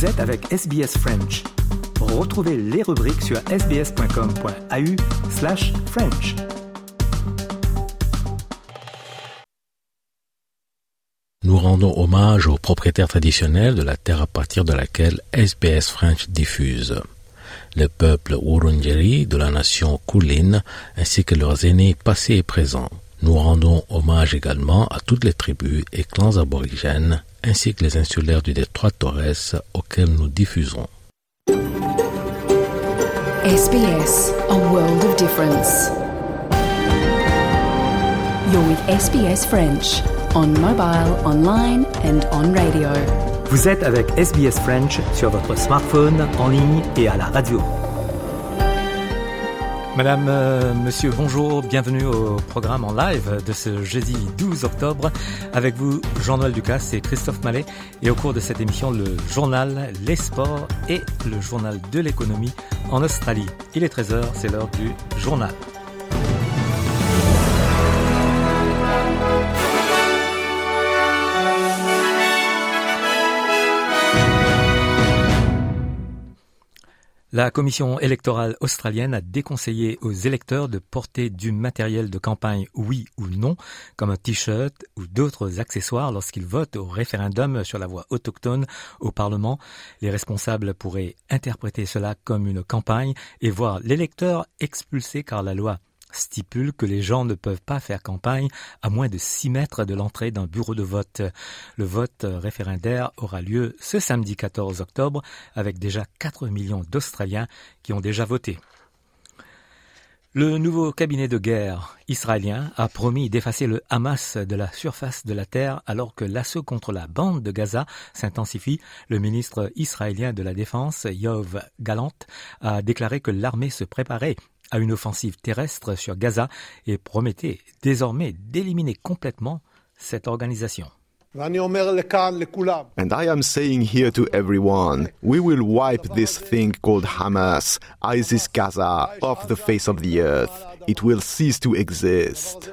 Vous êtes avec SBS French. Retrouvez les rubriques sur sbs.com.au/French. Nous rendons hommage aux propriétaires traditionnels de la terre à partir de laquelle SBS French diffuse. Le peuple Wurundjeri de la nation Kulin ainsi que leurs aînés passés et présents. Nous rendons hommage également à toutes les tribus et clans aborigènes ainsi que les insulaires du détroit Torres auxquels nous diffusons. SBS, a world of difference. You're with SBS French, on mobile, online and on radio. Vous êtes avec SBS French sur votre smartphone, en ligne et à la radio. Madame, monsieur, bonjour, bienvenue au programme en live de ce jeudi 12 octobre. Avec vous, Jean-Noël Ducasse et Christophe Mallet. Et au cours de cette émission, le journal, les sports et le journal de l'économie en Australie. Il est 13h, c'est l'heure du journal. La commission électorale australienne a déconseillé aux électeurs de porter du matériel de campagne oui ou non, comme un t-shirt ou d'autres accessoires lorsqu'ils votent au référendum sur la voix autochtone au Parlement. Les responsables pourraient interpréter cela comme une campagne et voir l'électeur expulsé car la loi stipule que les gens ne peuvent pas faire campagne à moins de 6 mètres de l'entrée d'un bureau de vote. Le vote référendaire aura lieu ce samedi 14 octobre avec déjà 4 millions d'Australiens qui ont déjà voté. Le nouveau cabinet de guerre israélien a promis d'effacer le Hamas de la surface de la terre alors que l'assaut contre la bande de Gaza s'intensifie. Le ministre israélien de la Défense, Yoav Gallant, a déclaré que l'armée se préparait à une offensive terrestre sur Gaza et promettait désormais d'éliminer complètement cette organisation. And I am saying here to everyone, we will wipe this thing called Hamas, ISIS Gaza, off the face of the earth. It will cease to exist.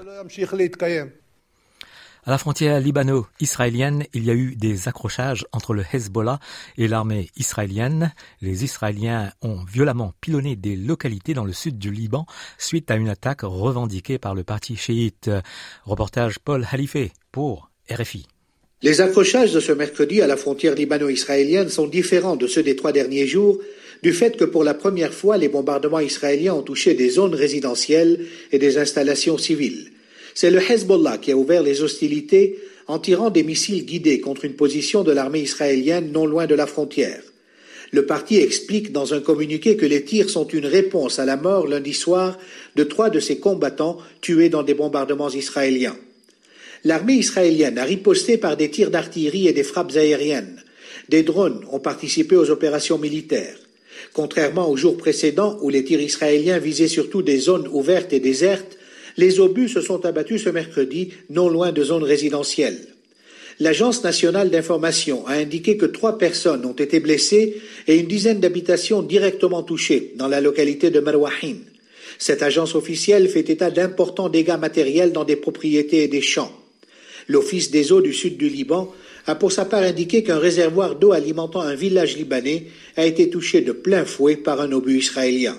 À la frontière libano-israélienne, il y a eu des accrochages entre le Hezbollah et l'armée israélienne. Les Israéliens ont violemment pilonné des localités dans le sud du Liban suite à une attaque revendiquée par le parti chiite. Reportage Paul Halifé pour RFI. Les accrochages de ce mercredi à la frontière libano-israélienne sont différents de ceux des 3 derniers jours, du fait que pour la première fois, les bombardements israéliens ont touché des zones résidentielles et des installations civiles. C'est le Hezbollah qui a ouvert les hostilités en tirant des missiles guidés contre une position de l'armée israélienne non loin de la frontière. Le parti explique dans un communiqué que les tirs sont une réponse à la mort lundi soir de 3 de ses combattants tués dans des bombardements israéliens. L'armée israélienne a riposté par des tirs d'artillerie et des frappes aériennes. Des drones ont participé aux opérations militaires. Contrairement aux jours précédents où les tirs israéliens visaient surtout des zones ouvertes et désertes, les obus se sont abattus ce mercredi non loin de zones résidentielles. L'Agence nationale d'information a indiqué que 3 personnes ont été blessées et une dizaine d'habitations directement touchées dans la localité de Marwahin. Cette agence officielle fait état d'importants dégâts matériels dans des propriétés et des champs. L'Office des eaux du sud du Liban a pour sa part indiqué qu'un réservoir d'eau alimentant un village libanais a été touché de plein fouet par un obus israélien.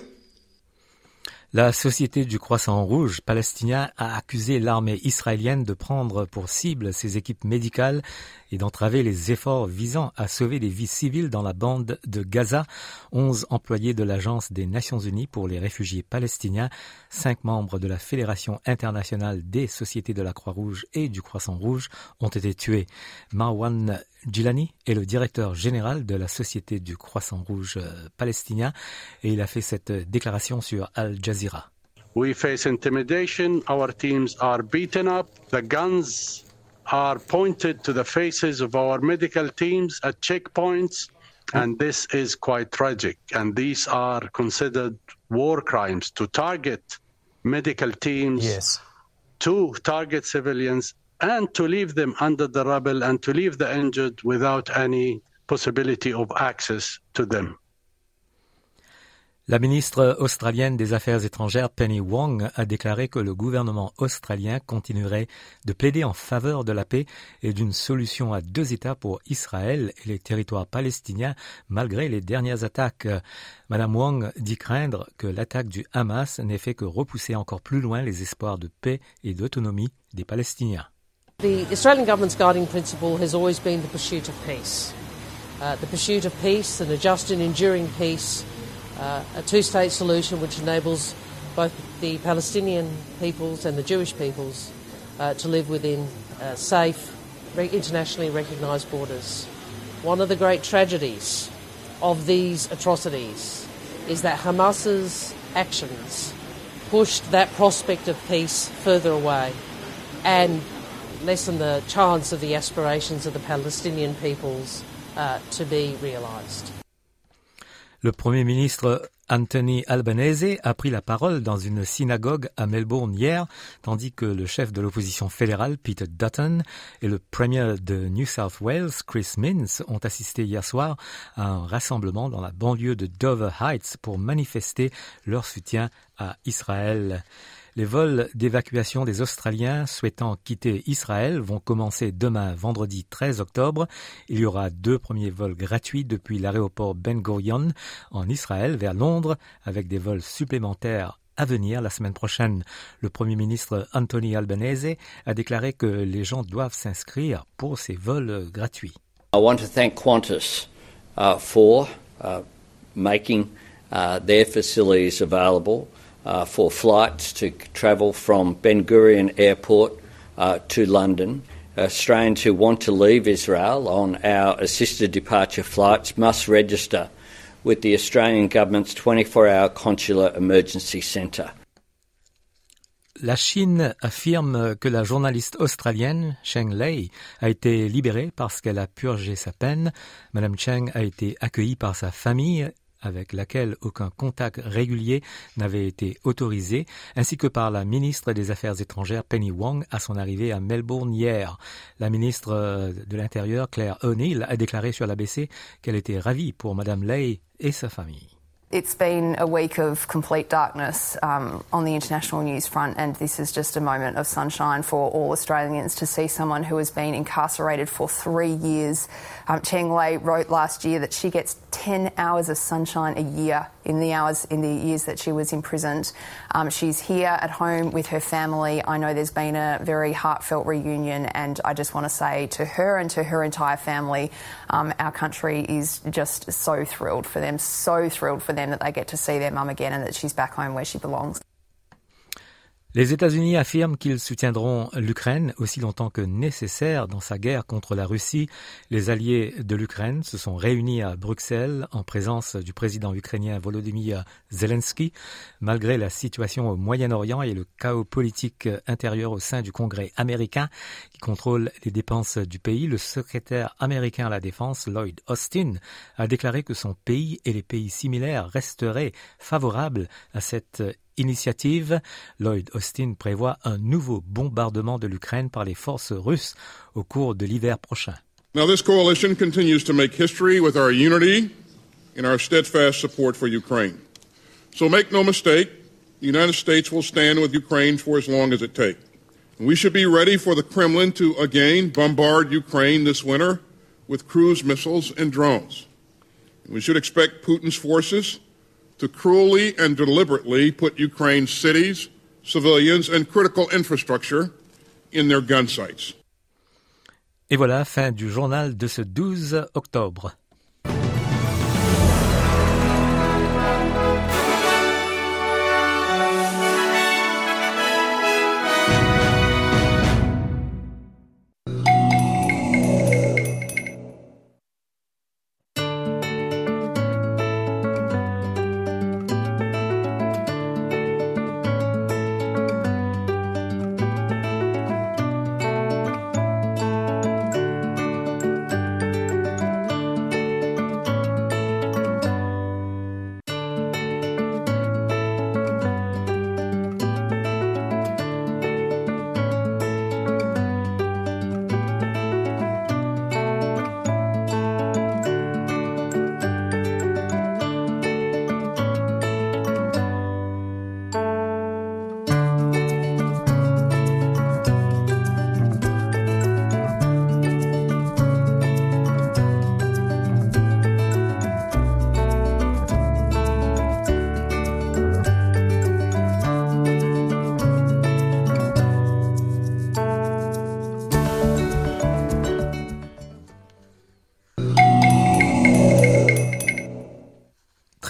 La Société du Croissant Rouge palestinien a accusé l'armée israélienne de prendre pour cible ses équipes médicales et d'entraver les efforts visant à sauver des vies civiles dans la bande de Gaza. 11 employés de l'Agence des Nations Unies pour les réfugiés palestiniens, 5 membres de la Fédération internationale des sociétés de la Croix-Rouge et du Croissant Rouge ont été tués. Marwan Gilani est le directeur général de la Société du Croissant Rouge palestinien et il a fait cette déclaration sur Al Jazeera. We face intimidation, our teams are beaten up, the guns are pointed to the faces of our medical teams at checkpoints, and this is quite tragic. And these are considered war crimes to target medical teams, to target civilians, and to leave them under the rubble and to leave the injured without any possibility of access to them. La ministre australienne des Affaires étrangères Penny Wong a déclaré que le gouvernement australien continuerait de plaider en faveur de la paix et d'une solution à 2 États pour Israël et les territoires palestiniens malgré les dernières attaques. Madame Wong dit craindre que l'attaque du Hamas n'ait fait que repousser encore plus loin les espoirs de paix et d'autonomie des Palestiniens. The Australian government's guiding principle has always been the pursuit of peace. The pursuit of peace and a just and enduring peace. A two-state solution which enables both the Palestinian peoples and the Jewish peoples to live within safe, internationally recognised borders. One of the great tragedies of these atrocities is that Hamas's actions pushed that prospect of peace further away and lessened the chance of the aspirations of the Palestinian peoples to be realised. Le Premier ministre Anthony Albanese a pris la parole dans une synagogue à Melbourne hier, tandis que le chef de l'opposition fédérale, Peter Dutton, et le premier de New South Wales, Chris Minns, ont assisté hier soir à un rassemblement dans la banlieue de Dover Heights pour manifester leur soutien à Israël. Les vols d'évacuation des Australiens souhaitant quitter Israël vont commencer demain, vendredi 13 octobre. Il y aura 2 premiers vols gratuits depuis l'aéroport Ben Gurion en Israël vers Londres, avec des vols supplémentaires à venir la semaine prochaine. Le Premier ministre Anthony Albanese a déclaré que les gens doivent s'inscrire pour ces vols gratuits. I want to thank Qantas for making their facilities available for flights to travel from Ben Gurion Airport to London. Australians who want to leave Israel on our assisted departure flights must register with the Australian Government's 24-hour Consular Emergency Centre. La Chine affirme que la journaliste australienne Cheng Lei a été libérée parce qu'elle a purgé sa peine. Madame Cheng a été accueillie par sa famille, avec laquelle aucun contact régulier n'avait été autorisé, ainsi que par la ministre des Affaires étrangères Penny Wong à son arrivée à Melbourne hier. La ministre de l'Intérieur Claire O'Neill a déclaré sur l'ABC qu'elle était ravie pour Madame Lei et sa famille. It's been a week of complete darkness on the international news front, and this is just a moment of sunshine for all Australians to see someone who has been incarcerated for 3 years. Cheng Lei wrote last year that she gets 10 hours of sunshine a year in the years that she was imprisoned. She's here at home with her family. I know there's been a very heartfelt reunion, and I just want to say to her and to her entire family, our country is just so thrilled for them that they get to see their mum again and that she's back home where she belongs. Les États-Unis affirment qu'ils soutiendront l'Ukraine aussi longtemps que nécessaire dans sa guerre contre la Russie. Les alliés de l'Ukraine se sont réunis à Bruxelles en présence du président ukrainien Volodymyr Zelensky. Malgré la situation au Moyen-Orient et le chaos politique intérieur au sein du Congrès américain qui contrôle les dépenses du pays, le secrétaire américain à la Défense, Lloyd Austin, a déclaré que son pays et les pays similaires resteraient favorables à cette initiative. Lloyd Austin prévoit un nouveau bombardement de l'Ukraine par les forces russes au cours de l'hiver prochain. Now this coalition continues to make history with our unity and our steadfast support for Ukraine. So make no mistake, the United States will stand with Ukraine for as long as it takes. We should be ready for the Kremlin to again bombard Ukraine this winter with cruise missiles and drones. We should expect Putin's forces to cruelly and deliberately put Ukraine's cities, civilians, and critical infrastructure in their gun sights. Et voilà, fin du journal de ce 12 octobre.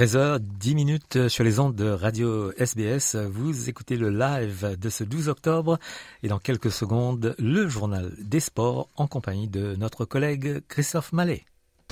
13h10 sur les ondes de Radio SBS. Vous écoutez le live de ce 12 octobre et dans quelques secondes, le journal des sports en compagnie de notre collègue Christophe Mallet.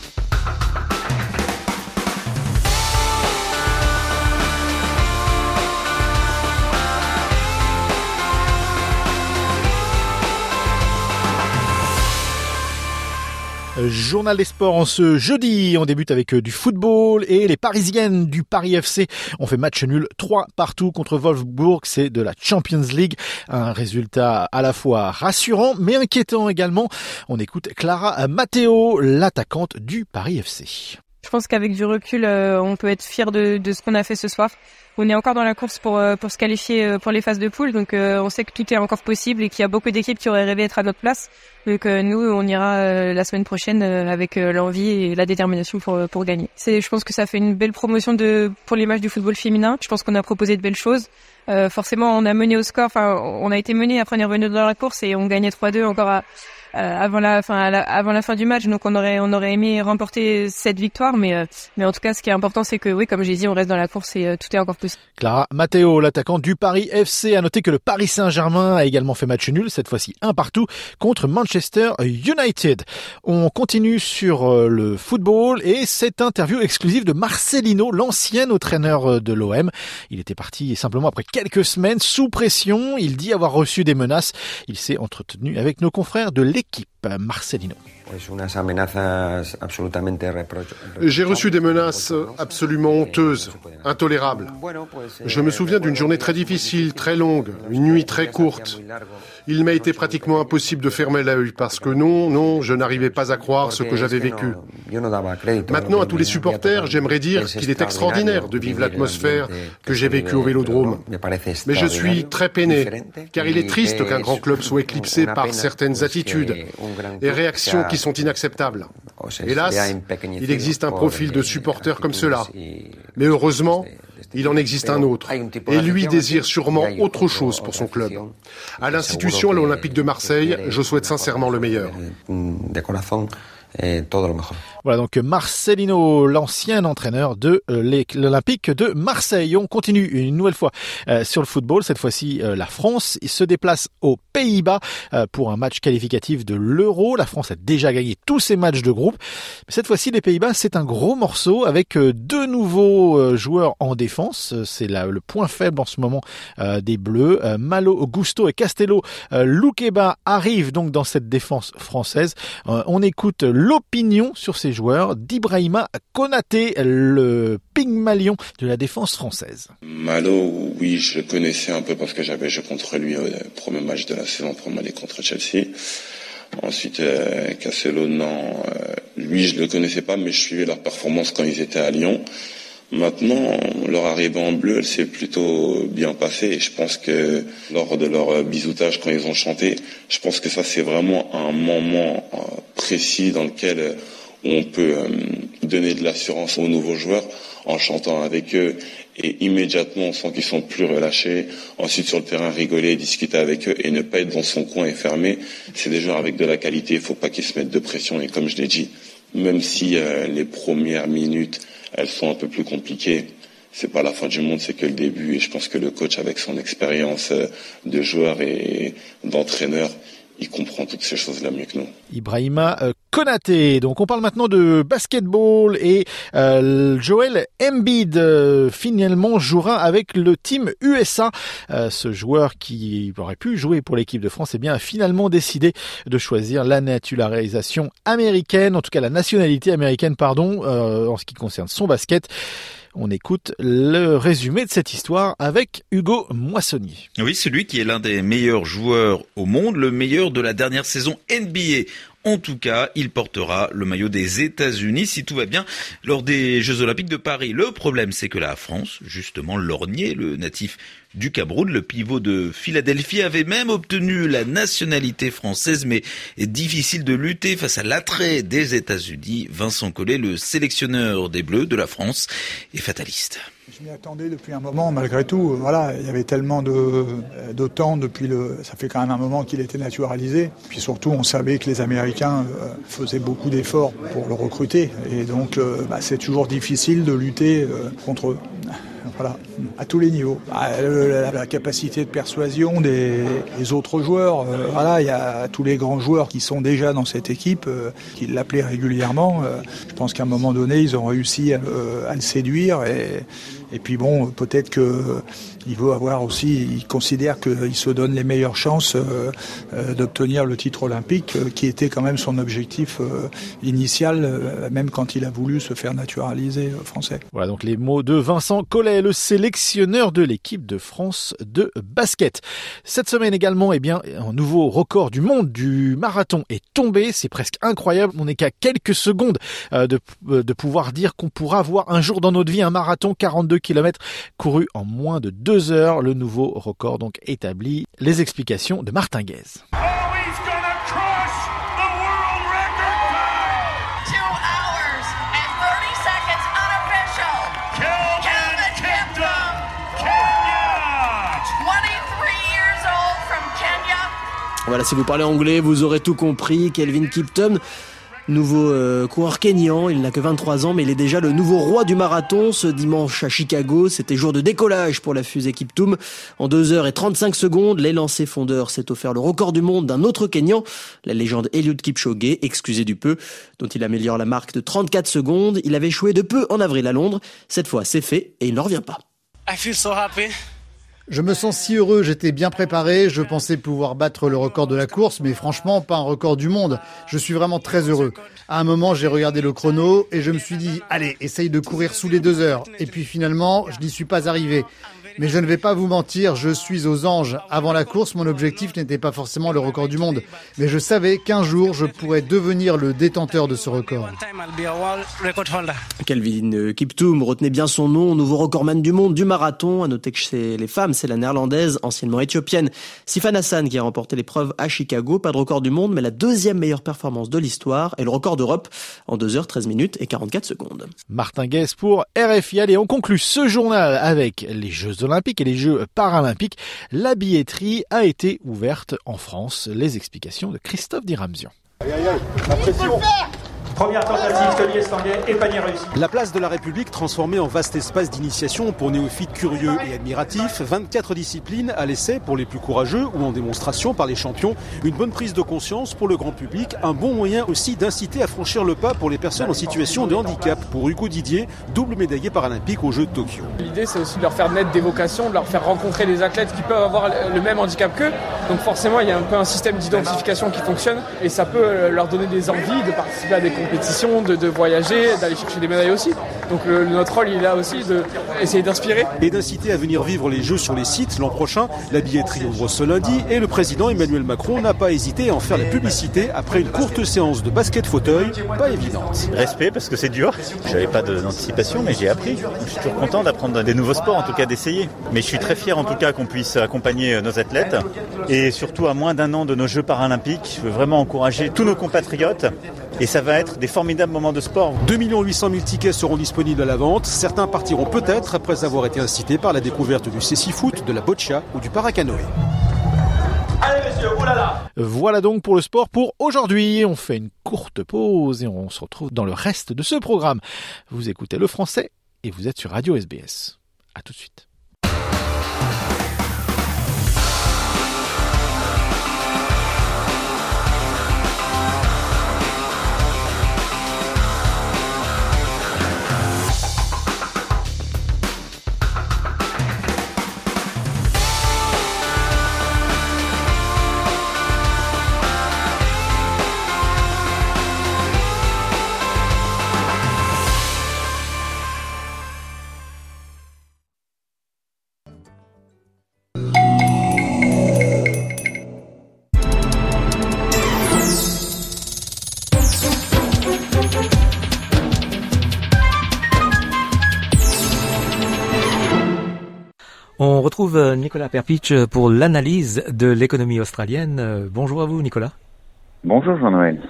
Journal des sports en ce jeudi, on débute avec du football et les Parisiennes du Paris FC ont fait match nul 3-3 contre Wolfsburg, c'est de la Champions League, un résultat à la fois rassurant mais inquiétant également. On écoute Clara Matteo, l'attaquante du Paris FC. Je pense qu'avec du recul, on peut être fier de ce qu'on a fait ce soir. On est encore dans la course pour se qualifier pour les phases de poule, donc on sait que tout est encore possible et qu'il y a beaucoup d'équipes qui auraient rêvé d'être à notre place. Donc nous, on ira la semaine prochaine avec l'envie et la détermination pour gagner. Je pense que ça fait une belle promotion pour les matchs du football féminin. Je pense qu'on a proposé de belles choses. Forcément, on a mené au score. Enfin, on a été mené, après on est revenu dans la course et on gagnait 3-2 encore avant la fin du match. Donc on aurait aimé remporter cette victoire, mais en tout cas, ce qui est important, c'est que oui, comme j'ai dit, on reste dans la course et tout est encore possible. Clara Matteo, l'attaquant du Paris FC, a noté que le Paris Saint-Germain a également fait match nul, cette fois-ci 1-1 contre Manchester United. On continue sur le football et cette interview exclusive de Marcelino, l'ancien entraîneur de l'OM. Il était parti simplement après quelques semaines sous pression. Il dit avoir reçu des menaces. Il s'est entretenu avec nos confrères de l'équipe. Marcelino. J'ai reçu des menaces absolument honteuses, intolérables. Je me souviens d'une journée très difficile, très longue, une nuit très courte. Il m'a été pratiquement impossible de fermer l'œil parce que non, je n'arrivais pas à croire ce que j'avais vécu. Maintenant, à tous les supporters, j'aimerais dire qu'il est extraordinaire de vivre l'atmosphère que j'ai vécue au Vélodrome. Mais je suis très peiné, car il est triste qu'un grand club soit éclipsé par certaines attitudes et réactions qui sont inacceptables. Hélas, il existe un profil de supporters comme cela. Mais heureusement, il en existe un autre. Et lui désire sûrement autre chose pour son club. À l'institution, à l'Olympique de Marseille, je souhaite sincèrement le meilleur. Voilà donc Marcelino, l'ancien entraîneur de l'Olympique de Marseille. On continue une nouvelle fois sur le football. Cette fois-ci, la France se déplace aux Pays-Bas pour un match qualificatif de l'Euro. La France a déjà gagné tous ses matchs de groupe. Mais cette fois-ci, les Pays-Bas, c'est un gros morceau avec deux nouveaux joueurs en défense. C'est le point faible en ce moment des Bleus. Malo Gusto et Castello Luqueba arrivent donc dans cette défense française. On écoute l'opinion sur ces joueurs d'Ibrahima Konaté, le Pygmalion de la défense française. Malo, oui, je le connaissais un peu parce que j'avais joué contre lui au premier match de la saison pour m'aller contre Chelsea. Ensuite, Castello, non, lui je le connaissais pas, mais je suivais leur performance quand ils étaient à Lyon. Maintenant, leur arrivée en bleu, elle s'est plutôt bien passée et je pense que lors de leur bisoutage quand ils ont chanté, je pense que ça c'est vraiment un moment précis dans lequel on peut donner de l'assurance aux nouveaux joueurs en chantant avec eux et immédiatement on sent qu'ils sont plus relâchés. Ensuite sur le terrain, rigoler, discuter avec eux et ne pas être dans son coin et fermé. C'est des joueurs avec de la qualité, il faut pas qu'ils se mettent de pression et comme je l'ai dit, même si les premières minutes elles sont un peu plus compliquées, c'est pas la fin du monde, c'est que le début et je pense que le coach avec son expérience de joueur et d'entraîneur, il comprend toutes ces choses-là mieux que nous. Ibrahima Konaté. Donc on parle maintenant de basketball et Joel Embiid finalement jouera avec le team USA. Ce joueur qui aurait pu jouer pour l'équipe de France a finalement décidé de choisir la naturalisation américaine, en tout cas la nationalité américaine, en ce qui concerne son basket. On écoute le résumé de cette histoire avec Hugo Moissonnier. Oui, celui qui est l'un des meilleurs joueurs au monde, le meilleur de la dernière saison NBA. En tout cas, il portera le maillot des États-Unis si tout va bien lors des Jeux Olympiques de Paris. Le problème, c'est que la France, justement, lorgnait le natif du Cameroun, le pivot de Philadelphie, avait même obtenu la nationalité française, mais difficile de lutter face à l'attrait des États-Unis. Vincent Collet, le sélectionneur des Bleus de la France, est fataliste. Je m'y attendais depuis un moment, malgré tout. Voilà, il y avait tellement de temps ça fait quand même un moment qu'il était naturalisé. Puis surtout, on savait que les Américains faisaient beaucoup d'efforts pour le recruter. Et donc, c'est toujours difficile de lutter contre eux. Voilà, à tous les niveaux. La capacité de persuasion des autres joueurs. Il y a tous les grands joueurs qui sont déjà dans cette équipe, qui l'appelaient régulièrement. Je pense qu'à un moment donné, ils ont réussi à le séduire. Et puis bon, peut-être qu'il veut avoir aussi, il considère qu'il se donne les meilleures chances d'obtenir le titre olympique, qui était quand même son objectif initial, même quand il a voulu se faire naturaliser français. Voilà donc les mots de Vincent Collet, le sélectionneur de l'équipe de France de basket. Cette semaine également, un nouveau record du monde du marathon est tombé. C'est presque incroyable. On n'est qu'à quelques secondes de pouvoir dire qu'on pourra voir un jour dans notre vie un marathon 42 km couru en moins de 2 heures. Le nouveau record donc établi. Les explications de Martin Guez. Voilà, si vous parlez anglais, vous aurez tout compris. Kelvin Kiptum, nouveau coureur kényan, il n'a que 23 ans, mais il est déjà le nouveau roi du marathon. Ce dimanche à Chicago, c'était jour de décollage pour la fusée Kiptum. En 2h35, l'élancé fondeur s'est offert le record du monde d'un autre Kényan, la légende Eliud Kipchoge, excusez du peu, dont il améliore la marque de 34 secondes. Il avait échoué de peu en avril à Londres. Cette fois, c'est fait et il n'en revient pas. I feel so happy. Je me sens si heureux, j'étais bien préparé, je pensais pouvoir battre le record de la course, mais franchement, pas un record du monde. Je suis vraiment très heureux. À un moment, j'ai regardé le chrono et je me suis dit, allez, essaye de courir sous les 2 heures. Et puis finalement, je n'y suis pas arrivé. Mais je ne vais pas vous mentir, je suis aux anges. Avant la course, mon objectif n'était pas forcément le record du monde. Mais je savais qu'un jour, je pourrais devenir le détenteur de ce record. Kelvin Kiptum retenait bien son nom, nouveau recordman du monde du marathon. À noter que chez les femmes, c'est la néerlandaise, anciennement éthiopienne, Sifan Hassan qui a remporté l'épreuve à Chicago. Pas de record du monde, mais la deuxième meilleure performance de l'histoire et le record d'Europe en 2h13 minutes et 44 secondes. Martin Guez pour RFI. Allez, on conclut ce journal avec les Jeux Olympiques et les Jeux Paralympiques. La billetterie a été ouverte en France. Les explications de Christophe Diramzian. Aïe, la pression. Première tentative, Tony Estanguet et panier réussi. La place de la République transformée en vaste espace d'initiation pour néophytes curieux et admiratifs. 24 disciplines à l'essai pour les plus courageux ou en démonstration par les champions. Une bonne prise de conscience pour le grand public. Un bon moyen aussi d'inciter à franchir le pas pour les personnes en situation de handicap. Pour Hugo Didier, double médaillé paralympique aux Jeux de Tokyo. L'idée, c'est aussi de leur faire naître des vocations, de leur faire rencontrer des athlètes qui peuvent avoir le même handicap qu'eux. Donc forcément, il y a un peu un système d'identification qui fonctionne et ça peut leur donner des envies de participer à des compétitions, de voyager, d'aller chercher des médailles aussi. Donc notre rôle, il est là aussi d'essayer d'inspirer. Et d'inciter à venir vivre les Jeux sur les sites l'an prochain. La billetterie ouvre ce lundi et le président Emmanuel Macron n'a pas hésité à en faire la publicité après une courte séance de basket fauteuil, pas évidente. Respect parce que c'est dur. J'avais pas d'anticipation mais j'ai appris. Je suis toujours content d'apprendre des nouveaux sports, en tout cas d'essayer. Mais je suis très fier en tout cas qu'on puisse accompagner nos athlètes et surtout à moins d'1 an de nos Jeux paralympiques. Je veux vraiment encourager tous nos compatriotes et ça va être des formidables moments de sport. 2 800 000 tickets seront disponibles à la vente. Certains partiront peut-être après avoir été incités par la découverte du cécifoot, de la boccia ou du paracanoë. Allez messieurs, oulala. Voilà donc pour le sport pour aujourd'hui. On fait une courte pause et on se retrouve dans le reste de ce programme. Vous écoutez le français et vous êtes sur Radio SBS. À tout de suite. On retrouve Nicolas Perpich pour l'analyse de l'économie australienne. Bonjour à vous Nicolas. Bonjour Jean-Noël.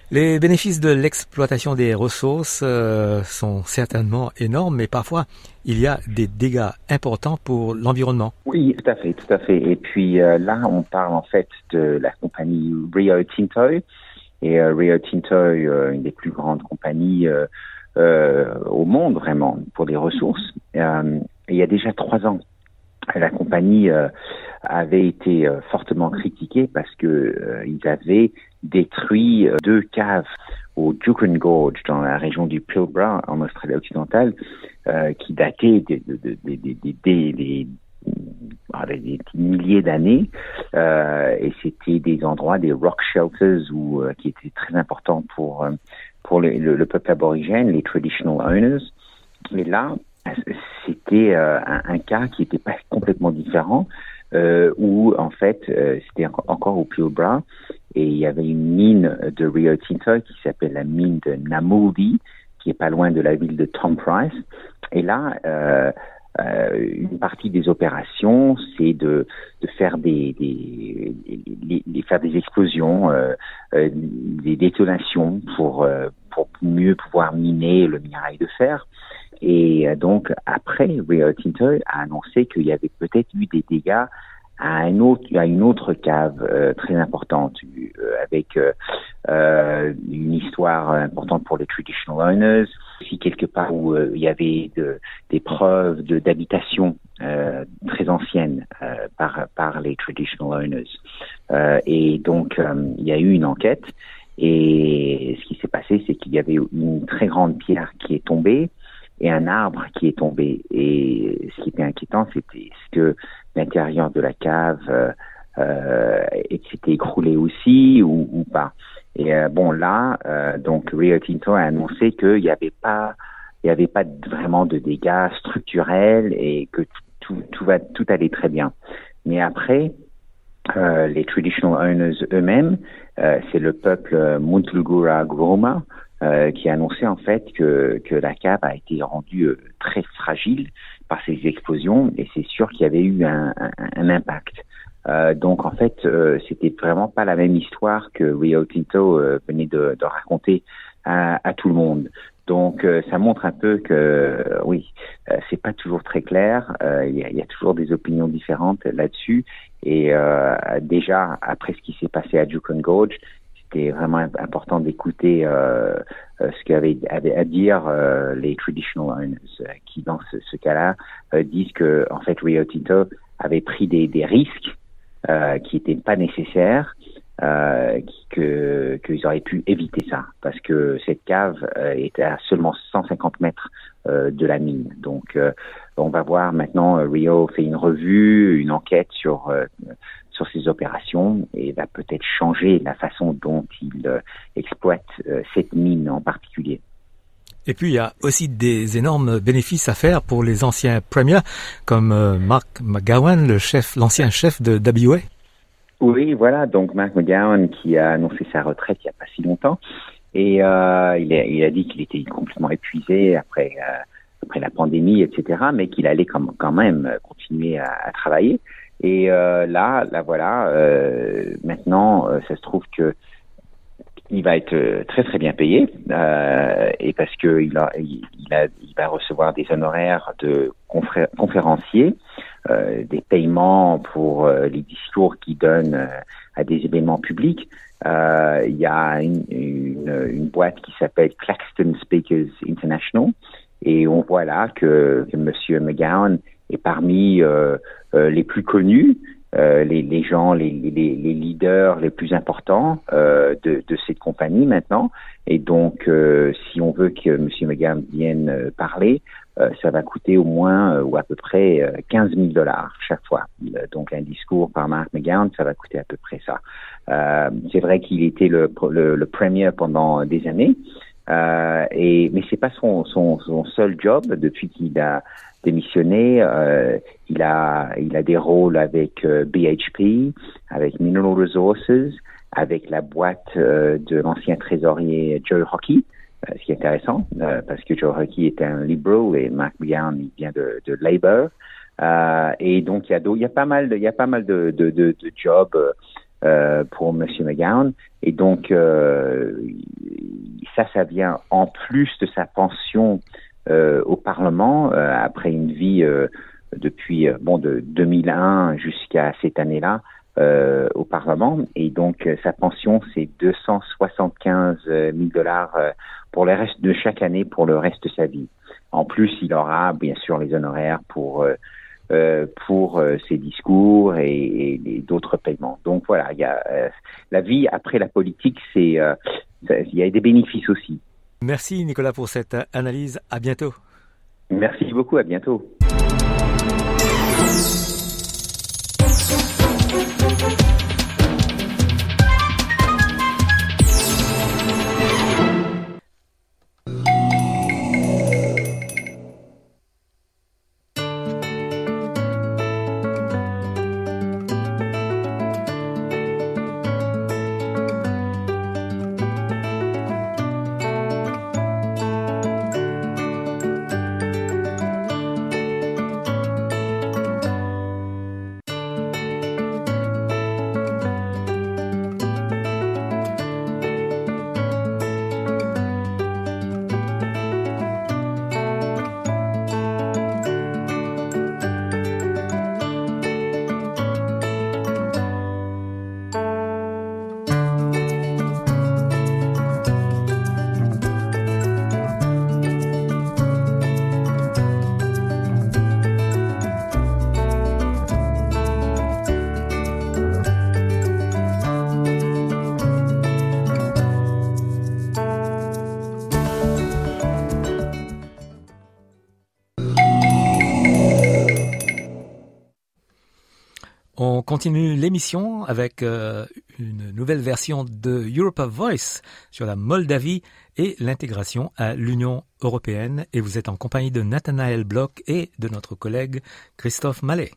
Les bénéfices de l'exploitation des ressources sont certainement énormes, mais parfois il y a des dégâts importants pour l'environnement. Oui, tout à fait. Et puis là, on parle en fait de la compagnie Rio Tinto. Et Rio Tinto, une des plus grandes compagnies au monde vraiment pour les ressources. Et il y a déjà 3 ans, la compagnie avait été fortement critiquée parce que ils avaient détruit 2 caves au Juukan Gorge dans la région du Pilbara en Australie occidentale qui dataient des milliers d'années et c'était des endroits, des rock shelters qui étaient très importants pour le peuple aborigène, les traditional owners. Mais là, c'était un cas qui n'était pas complètement différent, où en fait c'était encore au Pilbara et il y avait une mine de Rio Tinto qui s'appelle la mine de Namuldi, qui est pas loin de la ville de Tom Price. Et là, une partie des opérations, c'est de faire des explosions, des détonations pour mieux pouvoir miner le minerai de fer. Et donc après, Rio Tinto a annoncé qu'il y avait peut-être eu des dégâts à une autre cave très importante, avec une histoire importante pour les traditional owners, aussi quelque part où il y avait des preuves d'habitation très anciennes par les traditional owners. Et donc il y a eu une enquête, et ce qui s'est passé, c'est qu'il y avait une très grande pierre qui est tombée et un arbre qui est tombé. Et ce qui était inquiétant, c'était que l'intérieur de la cave s'était écroulé aussi ou pas. Et donc Rio Tinto a annoncé qu'il n'y avait pas vraiment de dégâts structurels et que tout allait très bien. Mais après, les traditional owners eux-mêmes, c'est le peuple Muntulgura Groma, qui a annoncé en fait que la cave a été rendue très fragile par ces explosions, et c'est sûr qu'il y avait eu un impact. Donc en fait, c'était vraiment pas la même histoire que Rio Tinto venait de raconter à tout le monde. Donc ça montre un peu que oui, c'est pas toujours très clair. Il y a toujours des opinions différentes là-dessus. Et déjà après ce qui s'est passé à Juukan Gorge, c'était vraiment important d'écouter ce qu'avaient à dire les traditional owners, qui dans ce cas-là disent que en fait Rio Tinto avait pris des risques qui n'étaient pas nécessaires, qu'ils auraient pu éviter ça, parce que cette cave était à seulement 150 mètres de la mine. Donc on va voir maintenant, Rio fait une revue, une enquête sur ces opérations, et va peut-être changer la façon dont il exploite cette mine en particulier. Et puis il y a aussi des énormes bénéfices à faire pour les anciens premiers, comme Mark McGowan, l'ancien chef de WA. Oui, voilà, donc Mark McGowan qui a annoncé sa retraite il n'y a pas si longtemps, et il a dit qu'il était complètement épuisé après la pandémie, etc., mais qu'il allait quand même continuer à travailler. Et là voilà, maintenant ça se trouve que il va être très très bien payé, et parce que il va recevoir des honoraires de conférencier, des paiements pour les discours qu'il donne à des événements publics. Il y a une boîte qui s'appelle Claxton Speakers International, et on voit là que Monsieur McGowan est parmi les plus connus, les gens, les leaders les plus importants de cette compagnie maintenant. Et donc, si on veut que M. McGowan vienne parler, ça va coûter au moins ou à peu près $15,000 chaque fois. Donc, un discours par Mark McGowan, ça va coûter à peu près ça. C'est vrai qu'il était le premier pendant des années, mais c'est pas son seul job depuis qu'il a démissionné. Il a des rôles avec BHP, avec Mineral Resources, avec la boîte de l'ancien trésorier Joe Hockey, ce qui est intéressant parce que Joe Hockey est un Liberal et Mark McGowan il vient de Labour, et donc il y a pas mal de jobs pour Monsieur McGowan. Et donc ça vient en plus de sa pension au Parlement après une vie depuis de 2001 jusqu'à cette année-là au Parlement. Et donc sa pension, c'est $275,000 pour le reste de chaque année pour le reste de sa vie. En plus, il aura bien sûr les honoraires pour ses discours et d'autres paiements. Donc voilà, il y a la vie après la politique, il y a des bénéfices aussi. Merci Nicolas pour cette analyse. À bientôt. Merci beaucoup. À bientôt. On continue l'émission avec une nouvelle version de Europa Voice sur la Moldavie et l'intégration à l'Union européenne. Et vous êtes en compagnie de Nathanaël Bloch et de notre collègue Christophe Mallet.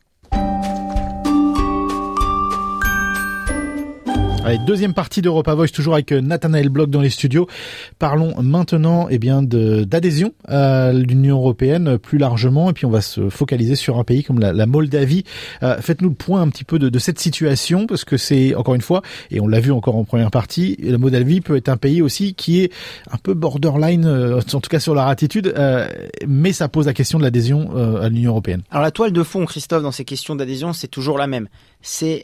Allez, deuxième partie d'Europa Voice, toujours avec Nathanaël Bloch dans les studios. Parlons maintenant d'adhésion à l'Union européenne plus largement, et puis on va se focaliser sur un pays comme la Moldavie. Faites-nous le point un petit peu de cette situation, parce que c'est, encore une fois, et on l'a vu encore en première partie, la Moldavie peut être un pays aussi qui est un peu borderline, en tout cas sur la attitude, mais ça pose la question de l'adhésion à l'Union européenne. Alors la toile de fond, Christophe, dans ces questions d'adhésion, c'est toujours la même. C'est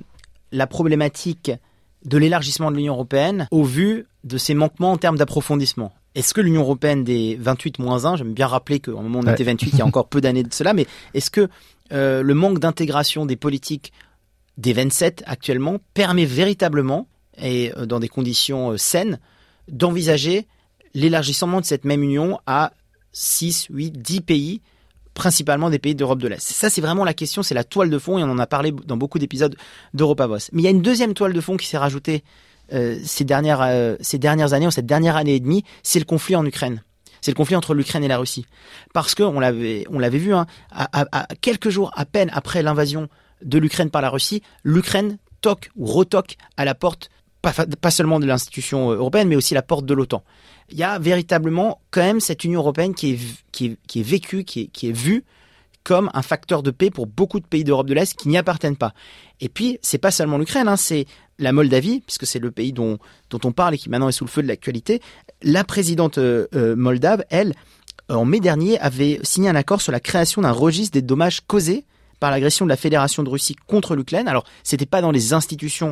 la problématique de l'élargissement de l'Union européenne au vu de ses manquements en termes d'approfondissement. Est-ce que l'Union européenne des 28-1, j'aime bien rappeler qu'au moment où on était 28, il y a encore peu d'années de cela, mais est-ce que le manque d'intégration des politiques des 27 actuellement permet véritablement, et dans des conditions saines, d'envisager l'élargissement de cette même Union à 6, 8, 10 pays, principalement des pays d'Europe de l'Est. Ça, c'est vraiment la question, c'est la toile de fond, et on en a parlé dans beaucoup d'épisodes d'Europa Voice. Mais il y a une deuxième toile de fond qui s'est rajoutée ces dernières années, ou cette dernière année et demie, c'est le conflit en Ukraine. C'est le conflit entre l'Ukraine et la Russie. Parce que, on l'avait vu, à quelques jours à peine après l'invasion de l'Ukraine par la Russie, l'Ukraine toque ou retoque à la porte, pas seulement de l'institution européenne, mais aussi la porte de l'OTAN. Il y a véritablement quand même cette Union européenne qui est vécue, qui est vue comme un facteur de paix pour beaucoup de pays d'Europe de l'Est qui n'y appartiennent pas. Et puis, c'est pas seulement l'Ukraine, c'est la Moldavie, puisque c'est le pays dont on parle et qui maintenant est sous le feu de l'actualité. La présidente moldave, elle, en mai dernier, avait signé un accord sur la création d'un registre des dommages causés par l'agression de la Fédération de Russie contre l'Ukraine. Alors, c'était pas dans les institutions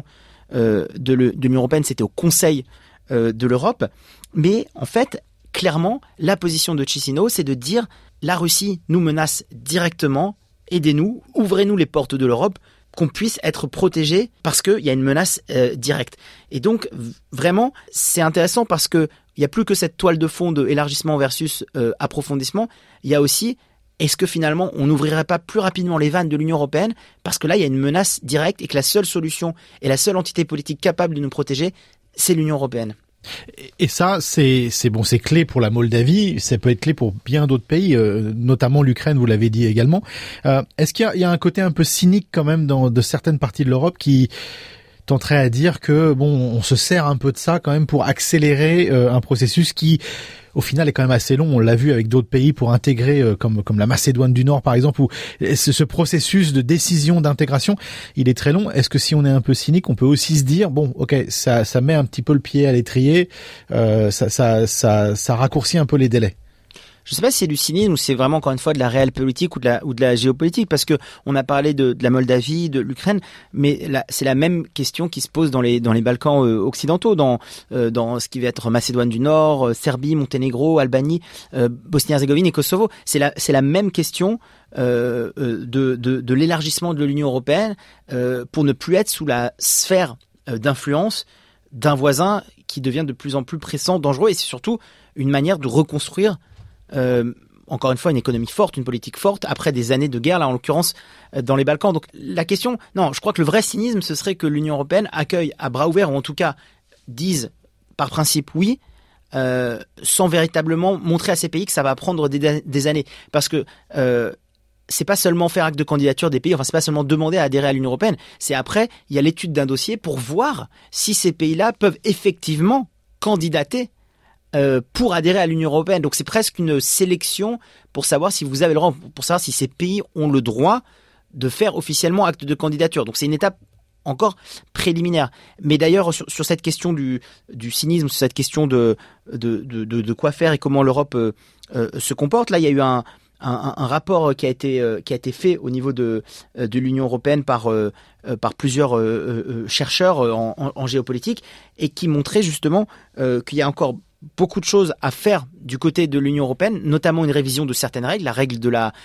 de l'Union européenne, c'était au Conseil de l'Europe. Mais en fait, clairement, la position de Chisinau, c'est de dire la Russie nous menace directement, aidez-nous, ouvrez-nous les portes de l'Europe, qu'on puisse être protégé parce qu'il y a une menace directe. Et donc, vraiment, c'est intéressant parce qu'il n'y a plus que cette toile de fond de élargissement versus approfondissement. Il y a aussi, est-ce que finalement, on n'ouvrirait pas plus rapidement les vannes de l'Union européenne parce que là, il y a une menace directe et que la seule solution et la seule entité politique capable de nous protéger, c'est l'Union européenne. Et ça, c'est clé pour la Moldavie, ça peut être clé pour bien d'autres pays, notamment l'Ukraine, vous l'avez dit également. Est-ce qu'il y a un côté un peu cynique quand même de certaines parties de l'Europe qui tenterais à dire que on se sert un peu de ça quand même pour accélérer un processus qui au final est quand même assez long. On l'a vu avec d'autres pays pour intégrer comme la Macédoine du Nord par exemple, où ce processus de décision d'intégration, il est très long. Est-ce que si on est un peu cynique, on peut aussi se dire ça met un petit peu le pied à l'étrier, ça raccourcit un peu les délais? Je sais pas si c'est du cynisme ou c'est vraiment encore une fois de la réelle politique ou de la géopolitique, parce que on a parlé de la Moldavie, de l'Ukraine, mais c'est la même question qui se pose dans les Balkans occidentaux, dans ce qui va être Macédoine du Nord, Serbie, Monténégro, Albanie, Bosnie-Herzégovine et Kosovo. C'est la même question de l'élargissement de l'Union européenne pour ne plus être sous la sphère d'influence d'un voisin qui devient de plus en plus pressant, dangereux, et c'est surtout une manière de reconstruire encore une fois une économie forte, une politique forte après des années de guerre, là en l'occurrence dans les Balkans. Donc la question, non, je crois que le vrai cynisme ce serait que l'Union européenne accueille à bras ouverts, ou en tout cas dise par principe oui, sans véritablement montrer à ces pays que ça va prendre des années, parce que c'est pas seulement faire acte de candidature des pays, enfin c'est pas seulement demander à adhérer à l'Union européenne, c'est après il y a l'étude d'un dossier pour voir si ces pays-là peuvent effectivement candidater pour adhérer à l'Union européenne. Donc c'est presque une sélection pour savoir si vous avez le droit, pour savoir si ces pays ont le droit de faire officiellement acte de candidature. Donc c'est une étape encore préliminaire. Mais d'ailleurs sur cette question du cynisme, sur cette question de quoi faire et comment l'Europe se comporte, là il y a eu un rapport qui a été fait au niveau de l'Union européenne par plusieurs chercheurs en géopolitique, et qui montrait justement qu'il y a encore beaucoup de choses à faire du côté de l'Union européenne, notamment une révision de certaines règles, la règle de la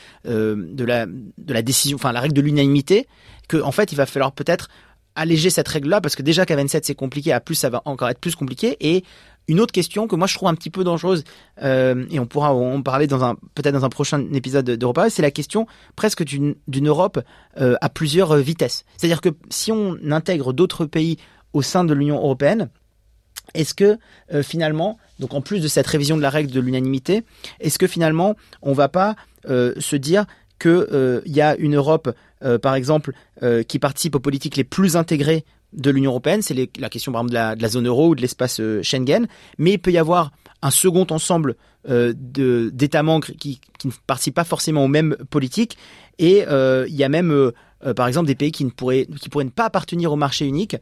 décision, enfin la règle de l'unanimité, que en fait il va falloir peut-être alléger cette règle-là, parce que déjà qu'à 27 c'est compliqué, à plus ça va encore être plus compliqué. Et une autre question que moi je trouve un petit peu dangereuse, et on pourra en parler peut-être dans un prochain épisode d'Europa, c'est la question presque d'une Europe à plusieurs vitesses. C'est-à-dire que si on intègre d'autres pays au sein de l'Union européenne, est-ce que finalement, donc en plus de cette révision de la règle de l'unanimité, est-ce que finalement on va pas se dire que y a une Europe par exemple qui participe aux politiques les plus intégrées de l'Union européenne, c'est la question par exemple de la zone euro ou de l'espace Schengen, mais il peut y avoir un second ensemble d'États membres qui ne participent pas forcément aux mêmes politiques, et il y a même par exemple des pays qui pourraient ne pas appartenir au marché unique,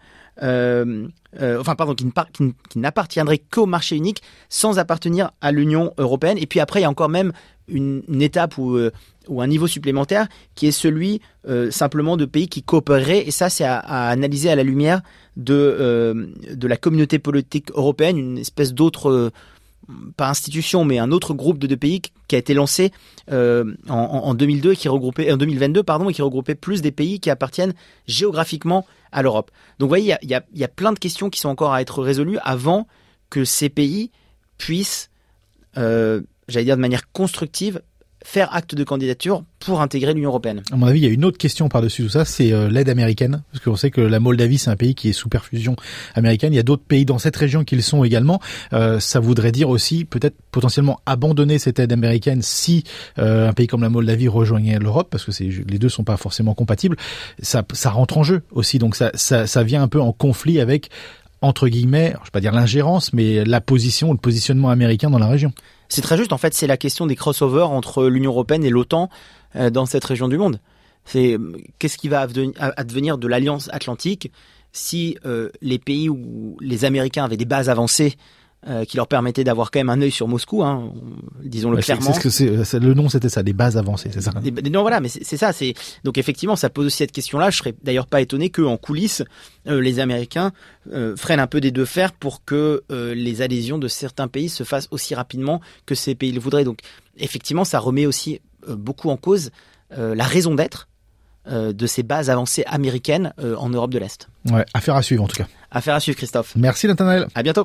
qui n'appartiendraient qu'au marché unique sans appartenir à l'Union européenne. Et puis après il y a encore même une étape ou un niveau supplémentaire qui est celui simplement de pays qui coopéreraient, et ça c'est à analyser à la lumière de la communauté politique européenne, une espèce d'autre pas institution, mais un autre groupe de deux pays qui a été lancé en 2002 en 2022 et qui regroupait plus des pays qui appartiennent géographiquement à l'Europe. Donc vous voyez, il y a plein de questions qui sont encore à être résolues avant que ces pays puissent, j'allais dire de manière constructive, faire acte de candidature pour intégrer l'Union européenne. À mon avis, il y a une autre question par-dessus tout ça, c'est l'aide américaine, parce qu'on sait que la Moldavie, c'est un pays qui est sous perfusion américaine. Il y a d'autres pays dans cette région qui le sont également. Ça voudrait dire aussi peut-être potentiellement abandonner cette aide américaine si un pays comme la Moldavie rejoignait l'Europe, parce que les deux sont pas forcément compatibles. Ça rentre en jeu aussi, donc ça vient un peu en conflit avec, entre guillemets, je vais pas dire l'ingérence, mais le positionnement américain dans la région. C'est très juste, en fait, c'est la question des crossovers entre l'Union européenne et l'OTAN dans cette région du monde. Qu'est-ce qui va advenir de l'Alliance Atlantique si les pays où les Américains avaient des bases avancées qui leur permettaient d'avoir quand même un œil sur Moscou, hein, disons-le clairement. Le nom c'était ça, des bases avancées, c'est ça. Non, voilà, mais c'est ça. Donc effectivement, ça pose aussi cette question-là. Je serais d'ailleurs pas étonné qu'en coulisses, les Américains freinent un peu des deux fers pour que les adhésions de certains pays se fassent aussi rapidement que ces pays le voudraient. Donc effectivement, ça remet aussi beaucoup en cause la raison d'être de ces bases avancées américaines en Europe de l'Est. Ouais, affaire à suivre en tout cas. Affaire à suivre, Christophe. Merci Nathanaël. À bientôt.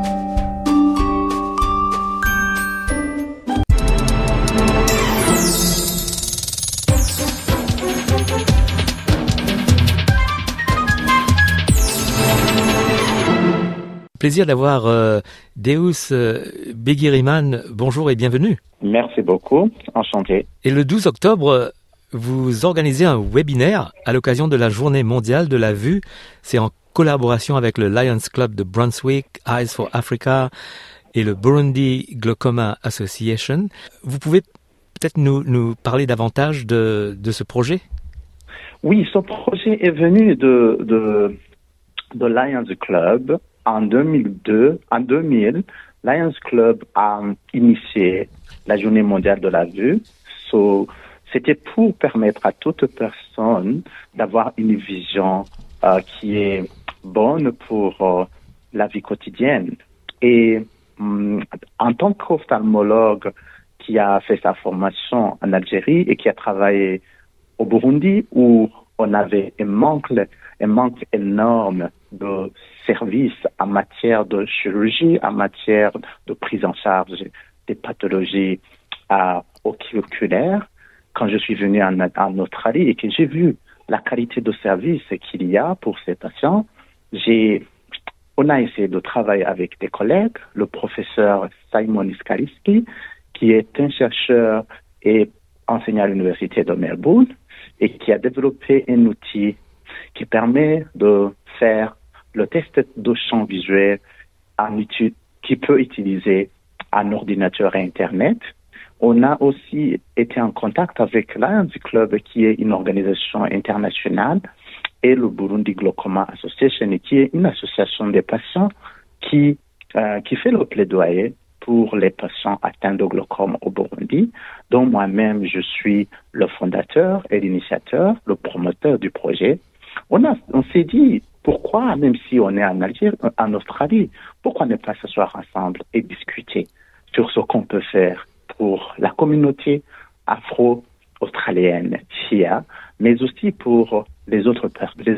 Plaisir d'avoir Deus Begiriman. Bonjour et bienvenue. Merci beaucoup, enchanté. Et le 12 octobre, vous organisez un webinaire à l'occasion de la Journée mondiale de la vue. C'est en collaboration avec le Lions Club de Brunswick, Eyes for Africa et le Burundi Glaucoma Association. Vous pouvez peut-être nous parler davantage de ce projet? Oui, ce projet est venu de Lions Club en 2002. En 2000, Lions Club a initié la Journée mondiale de la vue. C'était pour permettre à toute personne d'avoir une vision qui est bonne pour la vie quotidienne. Et en tant qu'ophtalmologue qui a fait sa formation en Algérie et qui a travaillé au Burundi, où on avait un manque énorme de services en matière de chirurgie, en matière de prise en charge des pathologies oculaires. Quand je suis venu en Australie et que j'ai vu la qualité de service qu'il y a pour ces patients, on a essayé de travailler avec des collègues, le professeur Simon Iskariski, qui est un chercheur et enseignant à l'université de Melbourne, et qui a développé un outil qui permet de faire le test de champ visuel qui peut utiliser un ordinateur et Internet. On a aussi été en contact avec Lions Club, qui est une organisation internationale, et le Burundi Glaucoma Association, qui est une association des patients qui fait le plaidoyer pour les patients atteints de glaucome au Burundi, dont moi-même je suis le fondateur et l'initiateur, le promoteur du projet. On s'est dit, pourquoi, même si on est en Australie, pourquoi ne pas s'asseoir ensemble et discuter sur ce qu'on peut faire pour la communauté afro-australienne SHIA, mais aussi pour les autres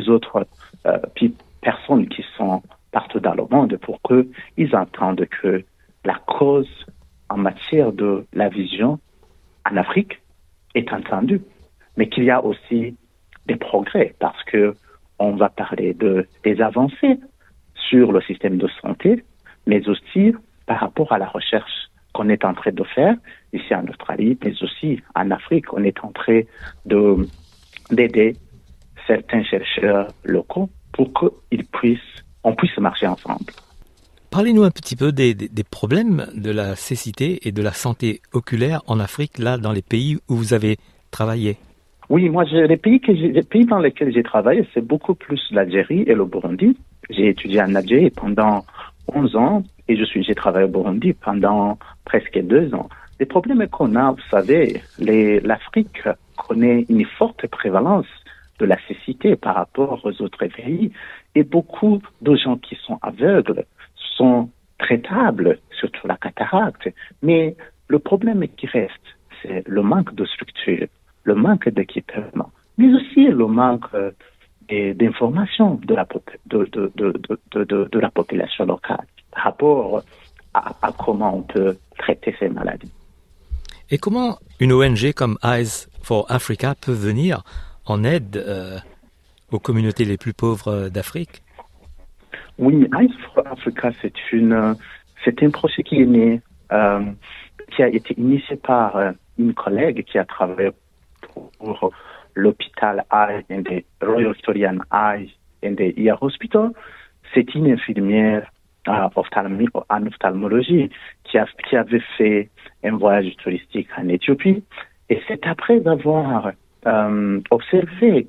personnes qui sont partout dans le monde, pour qu'ils entendent que la cause en matière de la vision en Afrique est entendue, mais qu'il y a aussi des progrès, parce que on va parler des avancées sur le système de santé, mais aussi par rapport à la recherche qu'on est en train de faire ici en Australie, mais aussi en Afrique. On est en train d'aider certains chercheurs locaux pour qu'on puisse marcher ensemble. Parlez-nous un petit peu des problèmes de la cécité et de la santé oculaire en Afrique, là, dans les pays où vous avez travaillé. Oui, moi, les pays dans lesquels j'ai travaillé, c'est beaucoup plus l'Algérie et le Burundi. J'ai étudié en Algérie pendant 11 ans et j'ai travaillé au Burundi pendant presque 2 ans. Le problème qu'on a, vous savez, l'Afrique connaît une forte prévalence de la cécité par rapport aux autres pays, et beaucoup de gens qui sont aveugles sont traitables, surtout la cataracte. Mais le problème qui reste, c'est le manque de structure, le manque d'équipement, mais aussi le manque d'information de la population locale par rapport à comment on peut traiter ces maladies. Et comment une ONG comme Eyes for Africa peut venir en aide aux communautés les plus pauvres d'Afrique? Oui, Eyes for Africa, c'est un projet qui est né, qui a été initié par une collègue qui a travaillé pour l'hôpital Eye and the Royal Victorian Eye and the Ear Hospital. C'est une infirmière en ophtalmologie qui avait fait un voyage touristique en Éthiopie, et c'est après avoir observé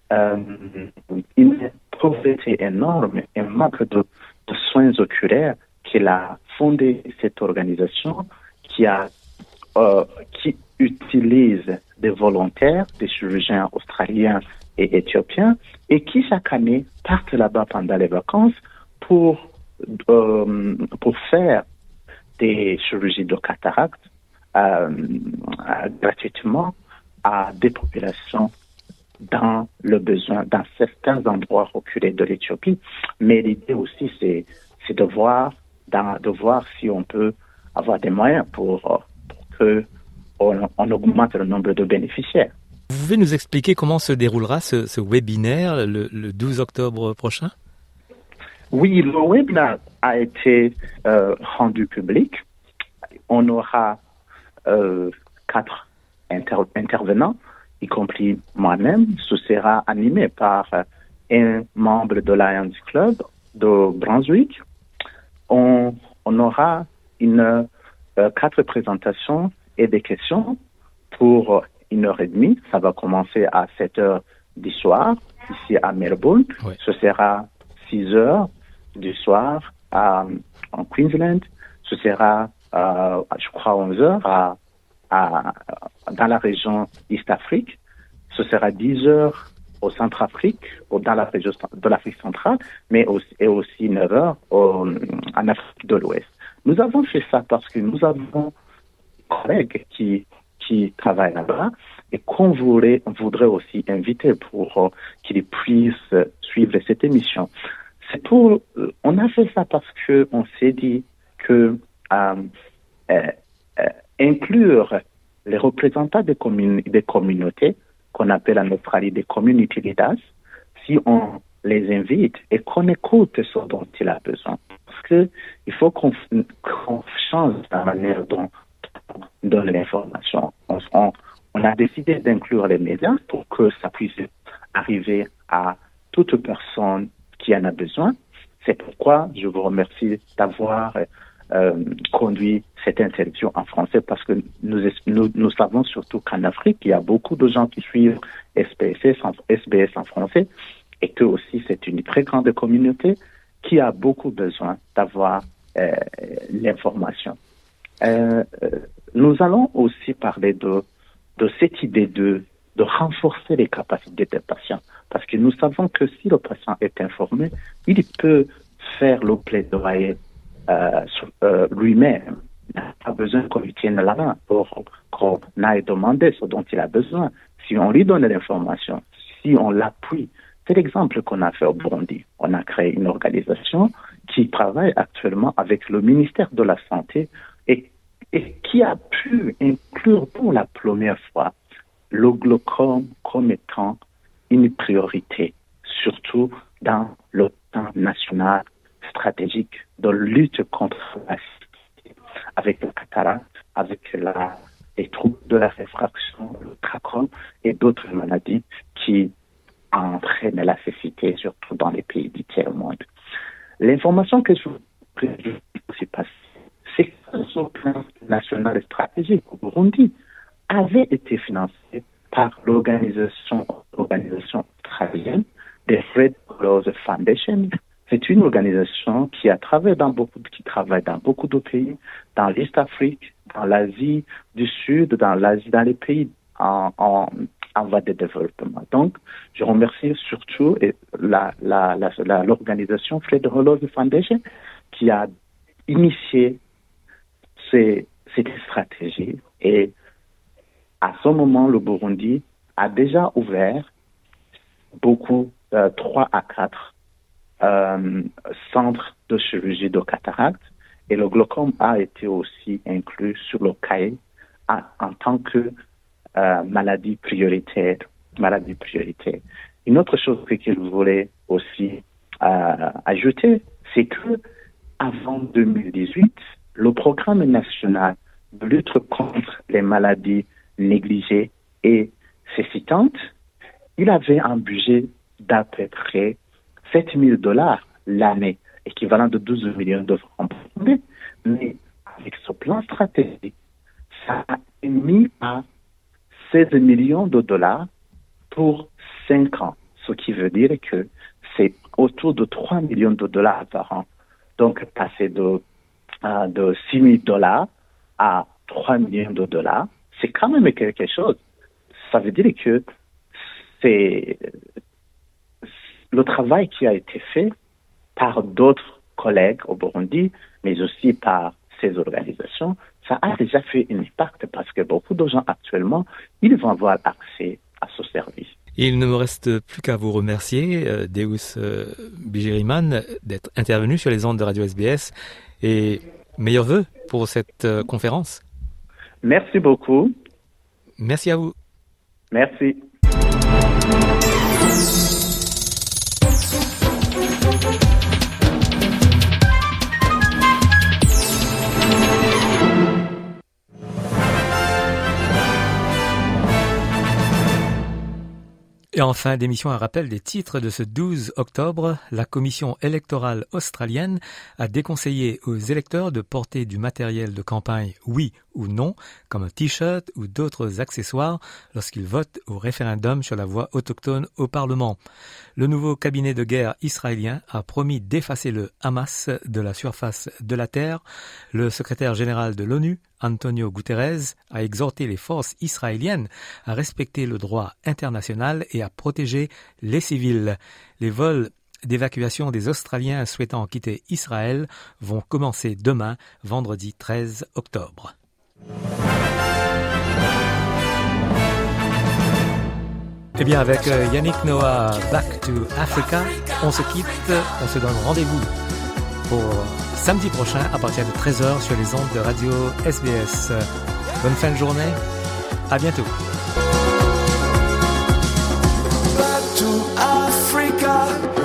une pauvreté énorme, un manque de soins oculaires, qu'elle a fondé cette organisation qui utilise des volontaires, des chirurgiens australiens et éthiopiens, et qui chaque année partent là-bas pendant les vacances pour faire des chirurgies de cataracte gratuitement à des populations dans certains endroits reculés de l'Éthiopie. Mais l'idée aussi, c'est de voir si on peut avoir des moyens pour que on augmente le nombre de bénéficiaires. Vous pouvez nous expliquer comment se déroulera ce webinaire le 12 octobre prochain? Oui, le webinaire a été rendu public. On aura 4 intervenants, y compris moi-même. Ce sera animé par un membre de Lions Club de Brunswick. On aura 4 présentations et des questions pour 1h30. Ça va commencer à 7h du soir, ici à Melbourne. Oui. Ce sera 6h du soir en Queensland. Ce sera, je crois, 11h dans la région East Afrique. Ce sera 10h au Centrafrique, dans la région de l'Afrique centrale, mais aussi 9h en Afrique de l'Ouest. Nous avons fait ça parce que nous avons des collègues qui travaillent là-bas et qu'on voudrait aussi inviter pour qu'ils puissent suivre cette émission. On a fait ça parce que on s'est dit que inclure les représentants des communautés qu'on appelle en Australie des community leaders, si on les invite et qu'on écoute ce dont il a besoin. Parce que il faut qu'on change la manière dont on donne l'information. On a décidé d'inclure les médias pour que ça puisse arriver à toute personne qui en a besoin. C'est pourquoi je vous remercie d'avoir conduit cette interview en français, parce que nous savons surtout qu'en Afrique, il y a beaucoup de gens qui suivent SBS en français, et que aussi c'est une très grande communauté qui a beaucoup besoin d'avoir l'information. Nous allons aussi parler de cette idée de renforcer les capacités des patients, parce que nous savons que si le patient est informé, il peut faire le plaidoyer lui-même. Il n'a pas besoin qu'on lui tienne la main pour qu'on aille demander ce dont il a besoin. Si on lui donne l'information, si on l'appuie, c'est l'exemple qu'on a fait au Burundi. On a créé une organisation qui travaille actuellement avec le ministère de la Santé et qui a pu inclure pour la première fois le glaucome comme étant une priorité, surtout dans le plan national stratégique de lutte contre la cystite, avec le cataracte, avec les troubles de la réfraction, le trachome et d'autres maladies qui entraînent la cécité, surtout dans les pays du tiers-monde. L'information que je veux aussi passer, c'est que ce plan national stratégique au Burundi avait été financé par l'organisation australienne, the Fred Rose Foundation. C'est une organisation qui travaille dans beaucoup de pays, dans l'Est Afrique, dans l'Asie du Sud, dans les pays en voie de développement. Donc, je remercie surtout l'organisation Fred Rose Foundation qui a initié cette stratégie. Et à ce moment, le Burundi a déjà ouvert 3 à 4 centres de chirurgie de cataracte, et le glaucome a été aussi inclus sur le cahier en tant que maladie prioritaire. Une autre chose que je voulais aussi ajouter, c'est que avant 2018, le programme national de lutte contre les maladies négligées et cécitantes, il avait un budget d'à peu près $7,000 l'année, équivalent de 12 millions de francs. Mais avec ce plan stratégique, ça a mis à $16 millions pour 5 ans, ce qui veut dire que c'est autour de $3 millions par an. Donc, passer de $6,000 à $3 millions, c'est quand même quelque chose. Ça veut dire que c'est le travail qui a été fait par d'autres collègues au Burundi, mais aussi par ces organisations, ça a déjà fait un impact, parce que beaucoup de gens actuellement, ils vont avoir accès à ce service. Il ne me reste plus qu'à vous remercier, Deus Bigiriman, d'être intervenu sur les ondes de Radio SBS, et meilleurs vœux pour cette conférence. Merci beaucoup. Merci à vous. Merci. Et en fin d'émission, un rappel des titres de ce 12 octobre. La commission électorale australienne a déconseillé aux électeurs de porter du matériel de campagne oui ou non, comme un t-shirt ou d'autres accessoires lorsqu'ils votent au référendum sur la voix autochtone au Parlement. Le nouveau cabinet de guerre israélien a promis d'effacer le Hamas de la surface de la terre. Le secrétaire général de l'ONU, Antonio Guterres, a exhorté les forces israéliennes à respecter le droit international et à protéger les civils. Les vols d'évacuation des Australiens souhaitant quitter Israël vont commencer demain, vendredi 13 octobre. Eh bien, avec Yannick Noah, Back to Africa, on se quitte, on se donne rendez-vous pour samedi prochain à partir de 13h sur les ondes de radio SBS. Bonne fin de journée, à bientôt. Back to Africa.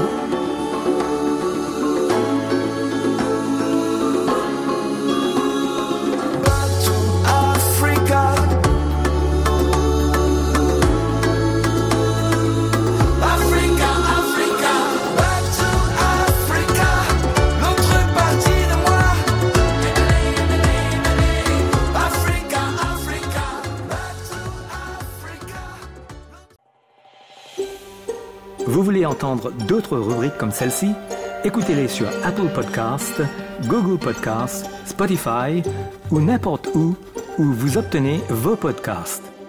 Vous voulez entendre d'autres rubriques comme celle-ci? Écoutez-les sur Apple Podcasts, Google Podcasts, Spotify ou n'importe où vous obtenez vos podcasts.